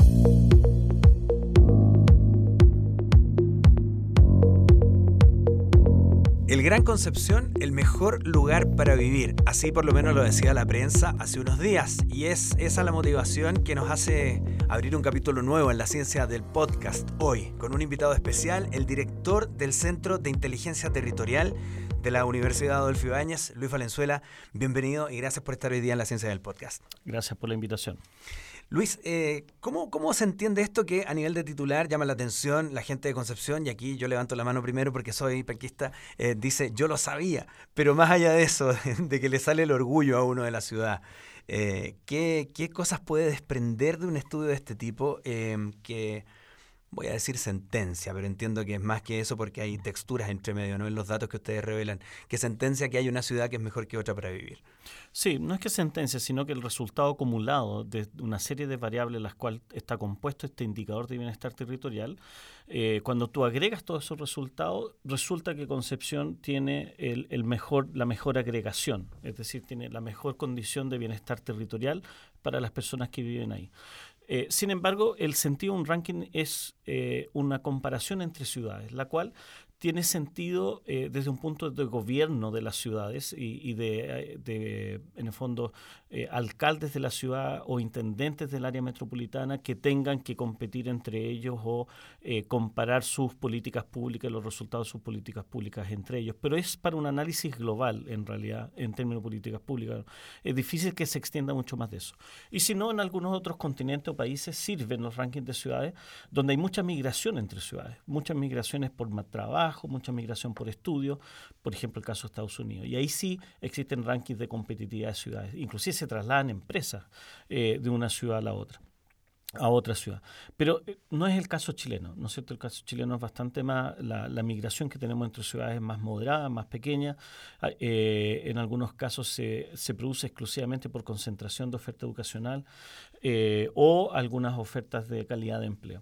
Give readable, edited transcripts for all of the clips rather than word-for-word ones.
El Gran Concepción, el mejor lugar para vivir. Así por lo menos lo decía la prensa hace unos días. Y es esa la motivación que nos hace abrir un capítulo nuevo en la ciencia del podcast hoy, con un invitado especial, el director del Centro de Inteligencia Territorial de la Universidad Adolfo Ibáñez, Luis Valenzuela. Bienvenido y gracias por estar hoy día en la ciencia del podcast. Gracias por la invitación. Luis, ¿cómo se entiende esto que a nivel de titular llama la atención la gente de Concepción? Y aquí yo levanto la mano primero porque soy penquista, dice, yo lo sabía, pero más allá de eso, de que le sale el orgullo a uno de la ciudad, ¿qué cosas puede desprender de un estudio de este tipo que... Voy a decir sentencia, pero entiendo que es más que eso porque hay texturas entre medio, ¿no? En los datos que ustedes revelan, que sentencia que hay una ciudad que es mejor que otra para vivir. Sí, no es que sentencia, sino que el resultado acumulado de una serie de variables en las cuales está compuesto este indicador de bienestar territorial, cuando tú agregas todos esos resultados, resulta que Concepción tiene la mejor agregación, es decir, tiene la mejor condición de bienestar territorial para las personas que viven ahí. Sin embargo, el sentido de un ranking es una comparación entre ciudades, la cual tiene sentido desde un punto de gobierno de las ciudades y de en el fondo, alcaldes de la ciudad o intendentes del área metropolitana que tengan que competir entre ellos o comparar sus políticas públicas y los resultados de sus políticas públicas entre ellos. Pero es para un análisis global, en realidad, en términos de políticas públicas. Es difícil que se extienda mucho más de eso. Y si no, en algunos otros continentes o países sirven los rankings de ciudades donde hay mucha migración entre ciudades, muchas migraciones por trabajo, mucha migración por estudio, por ejemplo el caso de Estados Unidos. Y ahí sí existen rankings de competitividad de ciudades. Inclusive se trasladan empresas de una ciudad a otra ciudad. Pero no es el caso chileno, ¿no es cierto? El caso chileno es bastante más, la migración que tenemos entre ciudades es más moderada, más pequeña. En algunos casos se produce exclusivamente por concentración de oferta educacional o algunas ofertas de calidad de empleo.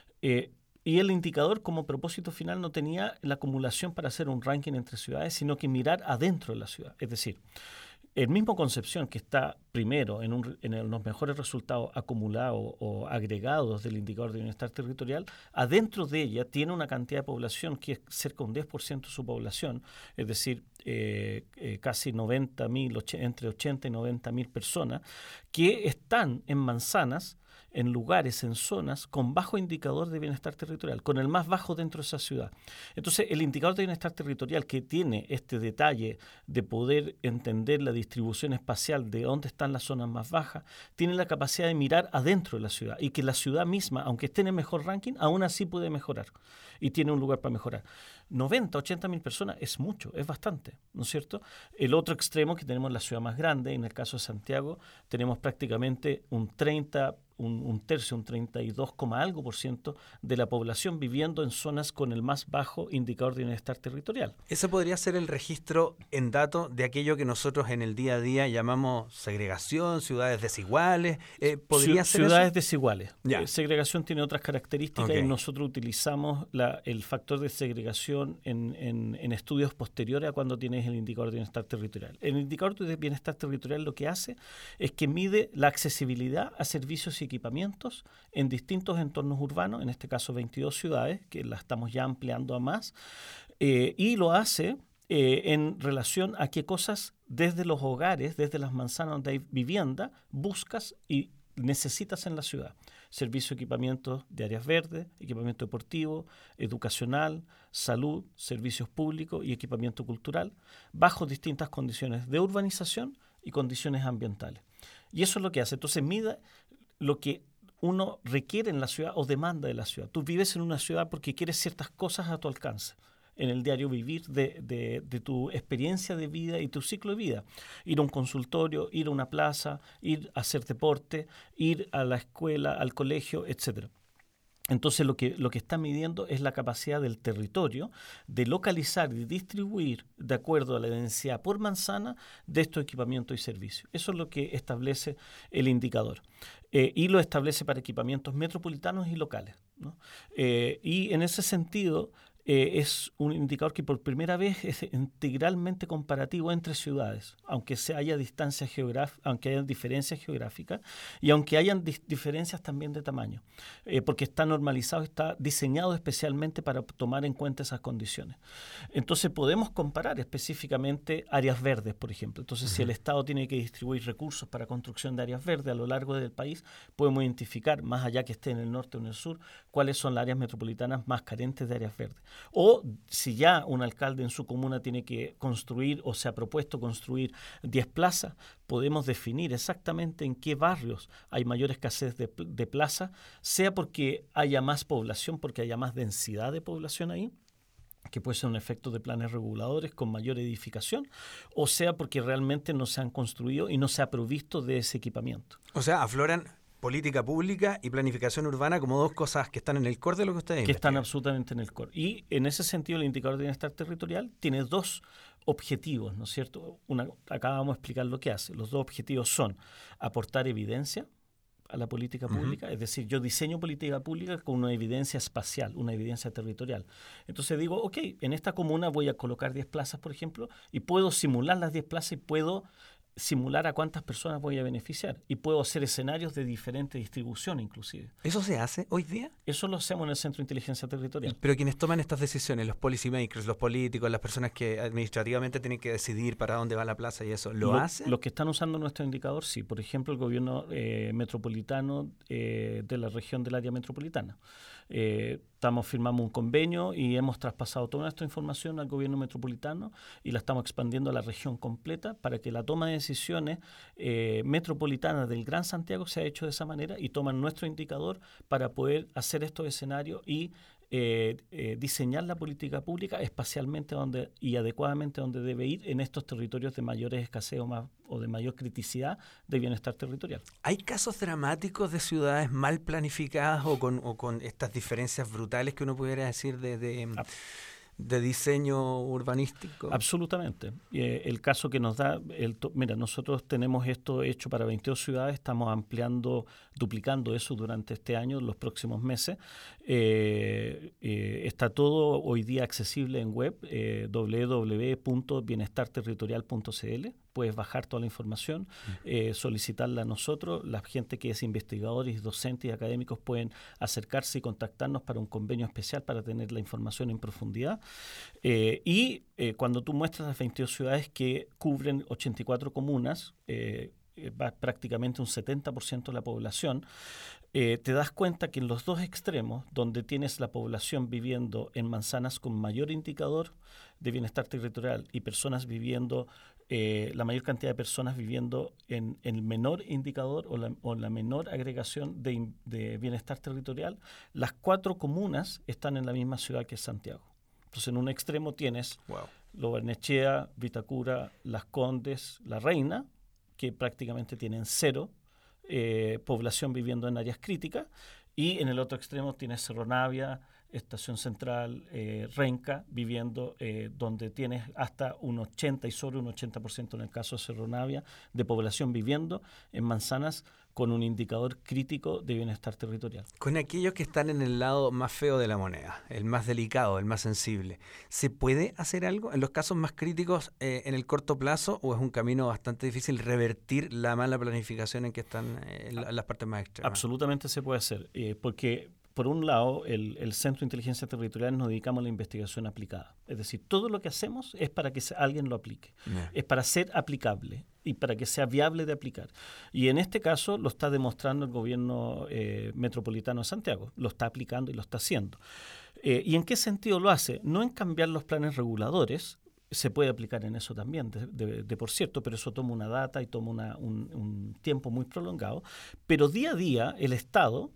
Y el indicador como propósito final no tenía la acumulación para hacer un ranking entre ciudades, sino que mirar adentro de la ciudad. Es decir, el mismo Concepción, que está primero en los mejores resultados acumulados o agregados del indicador de bienestar territorial, adentro de ella tiene una cantidad de población que es cerca de un 10% de su población, es decir, casi 90.000, entre 80 y 90.000 personas, que están en manzanas, en lugares, en zonas con bajo indicador de bienestar territorial, con el más bajo dentro de esa ciudad. Entonces, el indicador de bienestar territorial que tiene este detalle de poder entender la distribución espacial de dónde están las zonas más bajas, tiene la capacidad de mirar adentro de la ciudad y que la ciudad misma, aunque esté en el mejor ranking, aún así puede mejorar y tiene un lugar para mejorar. 90, 80.000 personas es mucho, es bastante, ¿no es cierto? El otro extremo que tenemos en la ciudad más grande, en el caso de Santiago, tenemos prácticamente un 32, algo por ciento de la población viviendo en zonas con el más bajo indicador de bienestar territorial. Ese podría ser el registro en datos de aquello que nosotros en el día a día llamamos segregación, ciudades desiguales. ¿Podría ser ciudades eso? Desiguales. Segregación tiene otras características y nosotros utilizamos el factor de segregación en estudios posteriores a cuando tienes el indicador de bienestar territorial. El indicador de bienestar territorial lo que hace es que mide la accesibilidad a servicios y equipamientos en distintos entornos urbanos, en este caso 22 ciudades, que la estamos ya ampliando a más, y lo hace en relación a qué cosas desde los hogares, desde las manzanas donde hay vivienda, buscas y necesitas en la ciudad. Servicio, equipamientos de áreas verdes, equipamiento deportivo, educacional, salud, servicios públicos y equipamiento cultural, bajo distintas condiciones de urbanización y condiciones ambientales. Y eso es lo que hace. Entonces, mide lo que uno requiere en la ciudad o demanda de la ciudad. Tú vives en una ciudad porque quieres ciertas cosas a tu alcance en el diario vivir de tu experiencia de vida y tu ciclo de vida. Ir a un consultorio, ir a una plaza, ir a hacer deporte, ir a la escuela, al colegio, etcétera. Entonces lo que está midiendo es la capacidad del territorio de localizar y distribuir de acuerdo a la densidad por manzana de estos equipamientos y servicios. Eso es lo que establece el indicador. Y lo establece para equipamientos metropolitanos y locales, ¿no? Y en ese sentido, es un indicador que por primera vez es integralmente comparativo entre ciudades, aunque haya distancias geográficas, aunque haya diferencias geográficas y aunque hayan diferencias también de tamaño, porque está normalizado, está diseñado especialmente para tomar en cuenta esas condiciones. Entonces podemos comparar específicamente áreas verdes, por ejemplo. Entonces, si el Estado tiene que distribuir recursos para construcción de áreas verdes a lo largo del país, podemos identificar, más allá que esté en el norte o en el sur, cuáles son las áreas metropolitanas más carentes de áreas verdes. O si ya un alcalde en su comuna tiene que construir o se ha propuesto construir 10 plazas, podemos definir exactamente en qué barrios hay mayor escasez de plaza, sea porque haya más población, porque haya más densidad de población ahí, que puede ser un efecto de planes reguladores con mayor edificación, o sea porque realmente no se han construido y no se ha provisto de ese equipamiento. O sea, afloran política pública y planificación urbana como dos cosas que están en el core de lo que ustedes investigan. Están absolutamente en el core. Y en ese sentido el indicador de bienestar territorial tiene dos objetivos, ¿no es cierto? Acá vamos a explicar lo que hace. Los dos objetivos son aportar evidencia a la política pública, es decir, yo diseño política pública con una evidencia espacial, una evidencia territorial. Entonces digo, ok, en esta comuna voy a colocar 10 plazas, por ejemplo, y puedo simular las 10 plazas y puedo simular a cuántas personas voy a beneficiar y puedo hacer escenarios de diferente distribución inclusive. ¿Eso se hace hoy día? Eso lo hacemos en el Centro de Inteligencia Territorial. Pero quienes toman estas decisiones, los policy makers, los políticos, las personas que administrativamente tienen que decidir para dónde va la plaza y eso, ¿lo hacen? Los que están usando nuestro indicador, sí. Por ejemplo, el gobierno metropolitano de la región del área metropolitana. Firmamos un convenio y hemos traspasado toda nuestra información al gobierno metropolitano y la estamos expandiendo a la región completa para que la toma de decisiones metropolitanas del Gran Santiago sea hecho de esa manera y toman nuestro indicador para poder hacer estos escenarios y diseñar la política pública espacialmente y adecuadamente donde debe ir en estos territorios de mayores escasez o de mayor criticidad de bienestar territorial. ¿Hay casos dramáticos de ciudades mal planificadas o con estas diferencias brutales que uno pudiera decir de diseño urbanístico? Absolutamente. El caso que nos da, mira, nosotros tenemos esto hecho para 22 ciudades, estamos duplicando eso durante este año, los próximos meses. Está todo hoy día accesible en web, www.bienestarterritorial.cl. Puedes bajar toda la información, solicitarla a nosotros. La gente que es investigadores, docentes y académicos pueden acercarse y contactarnos para un convenio especial para tener la información en profundidad. Cuando tú muestras las 22 ciudades que cubren 84 comunas, va prácticamente un 70% de la población, te das cuenta que en los dos extremos, donde tienes la población viviendo en manzanas con mayor indicador de bienestar territorial y personas viviendo, la mayor cantidad de personas viviendo en el menor indicador o la menor agregación de bienestar territorial, las 4 comunas están en la misma ciudad que Santiago. Entonces, en un extremo tienes Lo Barnechea, Vitacura, Las Condes, La Reina, que prácticamente tienen 0 población viviendo en áreas críticas, y en el otro extremo tienes Cerro Navia, Estación Central, Renca, viviendo donde tienes hasta un 80 y sobre un 80% en el caso de Cerro Navia, de población viviendo en manzanas con un indicador crítico de bienestar territorial. Con aquellos que están en el lado más feo de la moneda, el más delicado, el más sensible, ¿se puede hacer algo en los casos más críticos en el corto plazo o es un camino bastante difícil revertir la mala planificación en que están las partes más extremas? Absolutamente se puede hacer, porque por un lado, el Centro de Inteligencia Territorial nos dedicamos a la investigación aplicada. Es decir, todo lo que hacemos es para que alguien lo aplique. Es para ser aplicable y para que sea viable de aplicar. Y en este caso lo está demostrando el gobierno metropolitano de Santiago. Lo está aplicando y lo está haciendo. ¿Y en qué sentido lo hace? No en cambiar los planes reguladores. Se puede aplicar en eso también, de por cierto, pero eso toma una data y toma un tiempo muy prolongado. Pero día a día el Estado,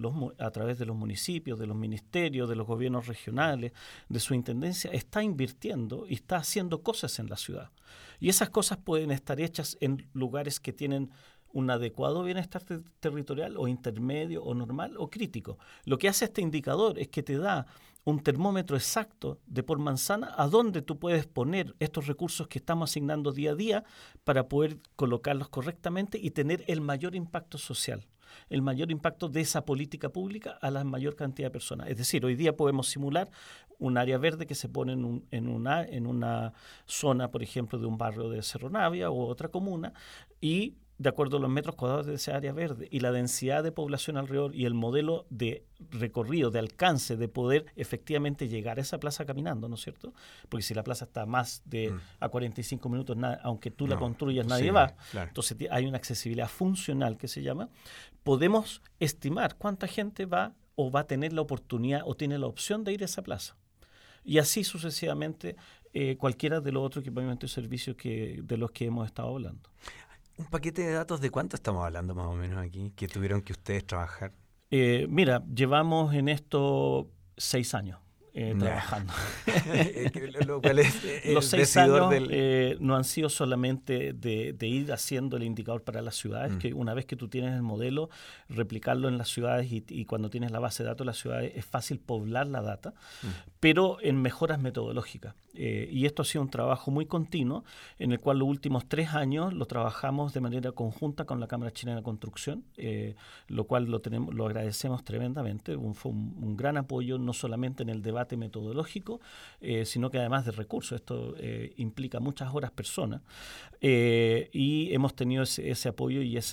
a través de los municipios, de los ministerios, de los gobiernos regionales, de su intendencia, está invirtiendo y está haciendo cosas en la ciudad. Y esas cosas pueden estar hechas en lugares que tienen un adecuado bienestar territorial o intermedio o normal o crítico. Lo que hace este indicador es que te da un termómetro exacto de por manzana a dónde tú puedes poner estos recursos que estamos asignando día a día para poder colocarlos correctamente y tener el mayor impacto social. el mayor impacto de esa política pública a la mayor cantidad de personas. Es decir, hoy día podemos simular un área verde que se pone en una zona, por ejemplo, de un barrio de Cerro Navia u otra comuna, y de acuerdo a los metros cuadrados de esa área verde y la densidad de población alrededor y el modelo de recorrido, de alcance, de poder efectivamente llegar a esa plaza caminando, ¿no es cierto? Porque si la plaza está más de a 45 minutos, aunque tú la construyas, nadie va. Claro. Entonces hay una accesibilidad funcional que se llama. Podemos estimar cuánta gente va o va a tener la oportunidad o tiene la opción de ir a esa plaza. Y así sucesivamente cualquiera de los otros equipamientos y servicios de los que hemos estado hablando. ¿Un paquete de datos de cuánto estamos hablando más o menos aquí que tuvieron que ustedes trabajar? Mira, llevamos en esto 6 años trabajando. Lo cual es los 6 años no han sido solamente de ir haciendo el indicador para las ciudades, que una vez que tú tienes el modelo, replicarlo en las ciudades y cuando tienes la base de datos de las ciudades es fácil poblar la data, pero en mejoras metodológicas. Y esto ha sido un trabajo muy continuo en el cual los últimos 3 años lo trabajamos de manera conjunta con la Cámara Chilena de Construcción, lo cual lo agradecemos tremendamente. Fue un gran apoyo no solamente en el debate metodológico, sino que además de recursos. Esto implica muchas horas personas y hemos tenido ese apoyo y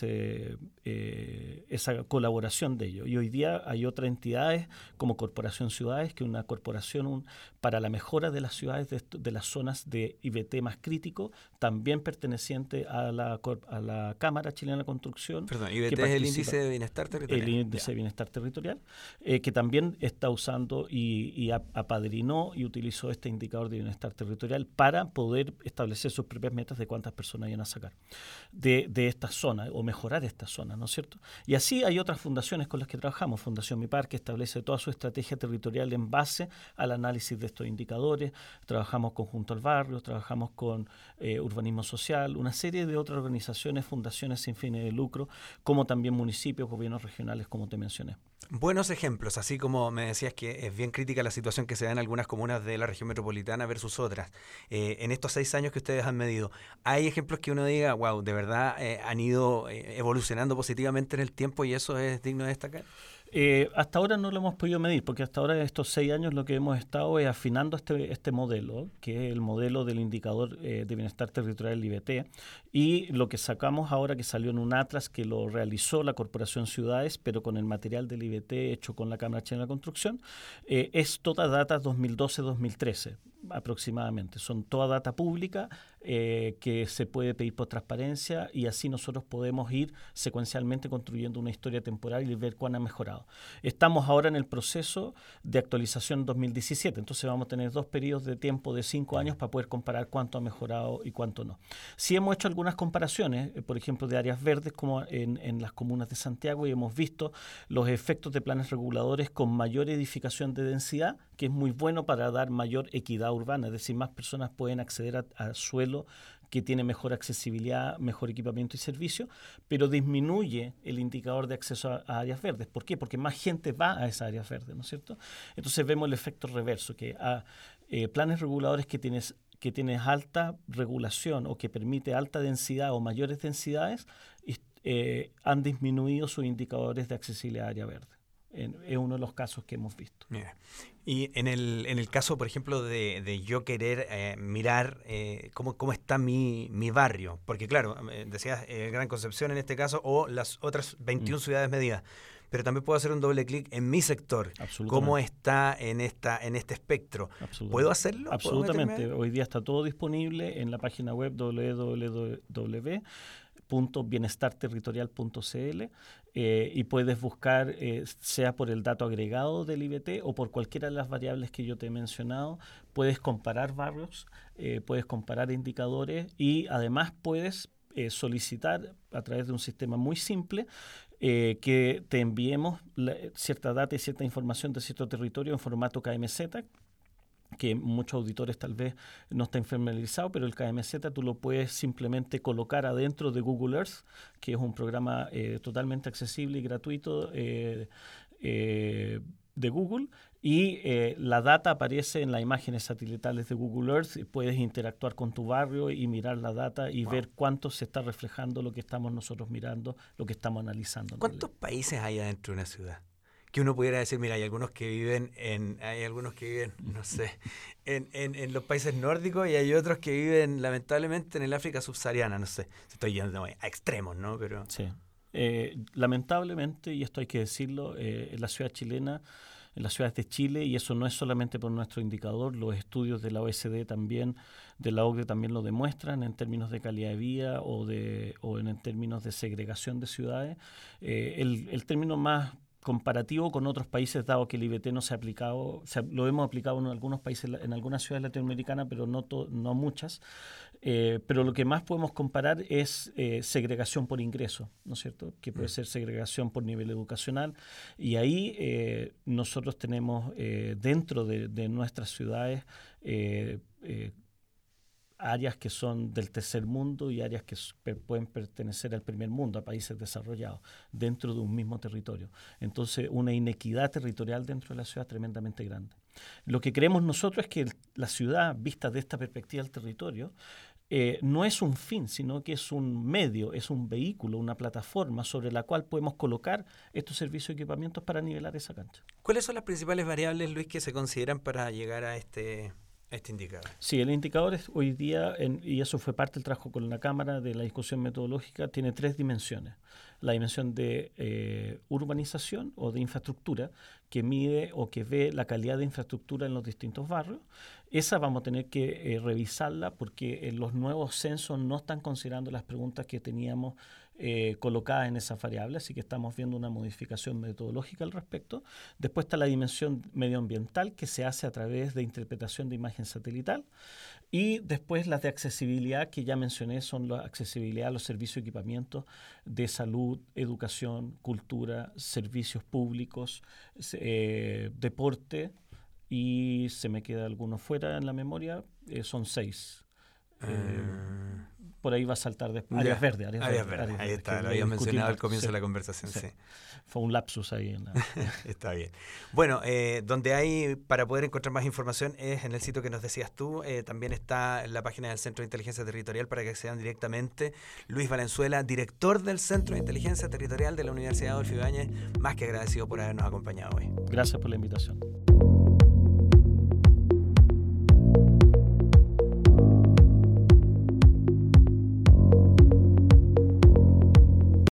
esa colaboración de ellos. Y hoy día hay otras entidades como Corporación Ciudades, que es una corporación para la mejora de las ciudades de las zonas de IBT más crítico, también perteneciente a la Cámara Chilena de Construcción. Perdón, IBT es el Índice de Bienestar Territorial. El Índice de Bienestar Territorial, que también está usando y apadrinó y utilizó este indicador de bienestar territorial para poder establecer sus propias metas de cuántas personas iban a sacar de esta zona o mejorar esta zona, ¿no es cierto? Y así hay otras fundaciones con las que trabajamos. Fundación MIPAR, que establece toda su estrategia territorial en base al análisis de estos indicadores. Trabajamos con Junto al Barrio, trabajamos con Urbanismo Social, una serie de otras organizaciones, fundaciones sin fines de lucro, como también municipios, gobiernos regionales, como te mencioné. Buenos ejemplos, así como me decías que es bien crítica la situación que se da en algunas comunas de la región metropolitana versus otras. En estos 6 años que ustedes han medido, ¿hay ejemplos que uno diga, wow, de verdad han ido evolucionando positivamente en el tiempo y eso es digno de destacar? Hasta ahora no lo hemos podido medir, porque hasta ahora en estos 6 años lo que hemos estado es afinando este modelo, que es el modelo del indicador de bienestar territorial IBT, y lo que sacamos ahora, que salió en un atlas que lo realizó la Corporación Ciudades, pero con el material del IBT hecho con la Cámara Chilena de Construcción, es toda data 2012-2013 aproximadamente. Son toda data pública que se puede pedir por transparencia y así nosotros podemos ir secuencialmente construyendo una historia temporal y ver cuán ha mejorado. Estamos ahora en el proceso de actualización 2017, entonces vamos a tener 2 periodos de tiempo de 5 años para poder comparar cuánto ha mejorado y cuánto no. Sí hemos hecho algunas comparaciones, por ejemplo, de áreas verdes como en las comunas de Santiago, y hemos visto los efectos de planes reguladores con mayor edificación de densidad, que es muy bueno para dar mayor equidad urbana, es decir, más personas pueden acceder a suelo que tiene mejor accesibilidad, mejor equipamiento y servicio, pero disminuye el indicador de acceso a áreas verdes. ¿Por qué? Porque más gente va a esas áreas verdes, ¿no es cierto? Entonces vemos el efecto reverso, que a planes reguladores que tienes alta regulación o que permite alta densidad o mayores densidades, han disminuido sus indicadores de accesibilidad a área verde. Es uno de los casos que hemos visto. Mira. Y en el caso, por ejemplo, de yo querer mirar cómo está mi barrio, porque claro, decías Gran Concepción en este caso o las otras 21 ciudades medidas, pero también puedo hacer un doble clic en mi sector, cómo está en este espectro. ¿Puedo hacerlo? Absolutamente. Hoy día está todo disponible en la página web www.bienestarterritorial.cl y puedes buscar sea por el dato agregado del IBT o por cualquiera de las variables que yo te he mencionado. Puedes comparar barrios, puedes comparar indicadores y además puedes solicitar a través de un sistema muy simple que te enviemos cierta data y cierta información de cierto territorio en formato KMZ, que muchos auditores tal vez no estén familiarizados, pero el KMZ tú lo puedes simplemente colocar adentro de Google Earth, que es un programa totalmente accesible y gratuito de Google y la data aparece en las imágenes satelitales de Google Earth y puedes interactuar con tu barrio y mirar la data y ver cuánto se está reflejando lo que estamos nosotros mirando, lo que estamos analizando. ¿Cuántos países hay adentro de una ciudad? Que uno pudiera decir, mira, hay algunos que viven, no sé, en los países nórdicos y hay otros que viven, lamentablemente, en el África subsahariana, no sé. Estoy yendo a extremos, ¿no? Pero... Sí. Lamentablemente, y esto hay que decirlo, en la ciudad chilena, en las ciudades de Chile, y eso no es solamente por nuestro indicador, los estudios de la OECD también, de la OCDE también lo demuestran en términos de calidad de vida o en términos de segregación de ciudades. El término más comparativo con otros países, dado que el IBT no se ha aplicado, lo hemos aplicado en algunos países, en algunas ciudades latinoamericanas, pero no muchas. Pero lo que más podemos comparar es segregación por ingreso, ¿no es cierto? Que puede ser segregación por nivel educacional. Y ahí nosotros tenemos dentro de nuestras ciudades áreas que son del tercer mundo y áreas que pueden pertenecer al primer mundo, a países desarrollados, dentro de un mismo territorio. Entonces, una inequidad territorial dentro de la ciudad tremendamente grande. Lo que creemos nosotros es que la ciudad, vista de esta perspectiva del territorio, no es un fin, sino que es un medio, es un vehículo, una plataforma sobre la cual podemos colocar estos servicios y equipamientos para nivelar esa cancha. ¿Cuáles son las principales variables, Luis, que se consideran para llegar a este indicador? Sí, el indicador es hoy día, y eso fue parte del trabajo con la Cámara de la discusión metodológica, tiene 3 dimensiones. La dimensión de urbanización o de infraestructura, que mide o que ve la calidad de infraestructura en los distintos barrios. Esa vamos a tener que revisarla porque los nuevos censos no están considerando las preguntas que teníamos colocadas en esas variables, así que estamos viendo una modificación metodológica al respecto. Después está la dimensión medioambiental, que se hace a través de interpretación de imagen satelital. Y después las de accesibilidad, que ya mencioné, son la accesibilidad a los servicios y equipamientos de salud, educación, cultura, servicios públicos, deporte, y se me queda alguno fuera en la memoria, son 6. Por ahí va a saltar después. Áreas verdes. Ahí está, lo había mencionado al comienzo de la conversación. Sí. Fue un lapsus ahí. Está bien. Bueno, donde hay para poder encontrar más información es en el sitio que nos decías tú. También está en la página del Centro de Inteligencia Territorial para que accedan directamente. Luis Valenzuela, director del Centro de Inteligencia Territorial de la Universidad Adolfo Ibáñez, más que agradecido por habernos acompañado hoy. Gracias por la invitación.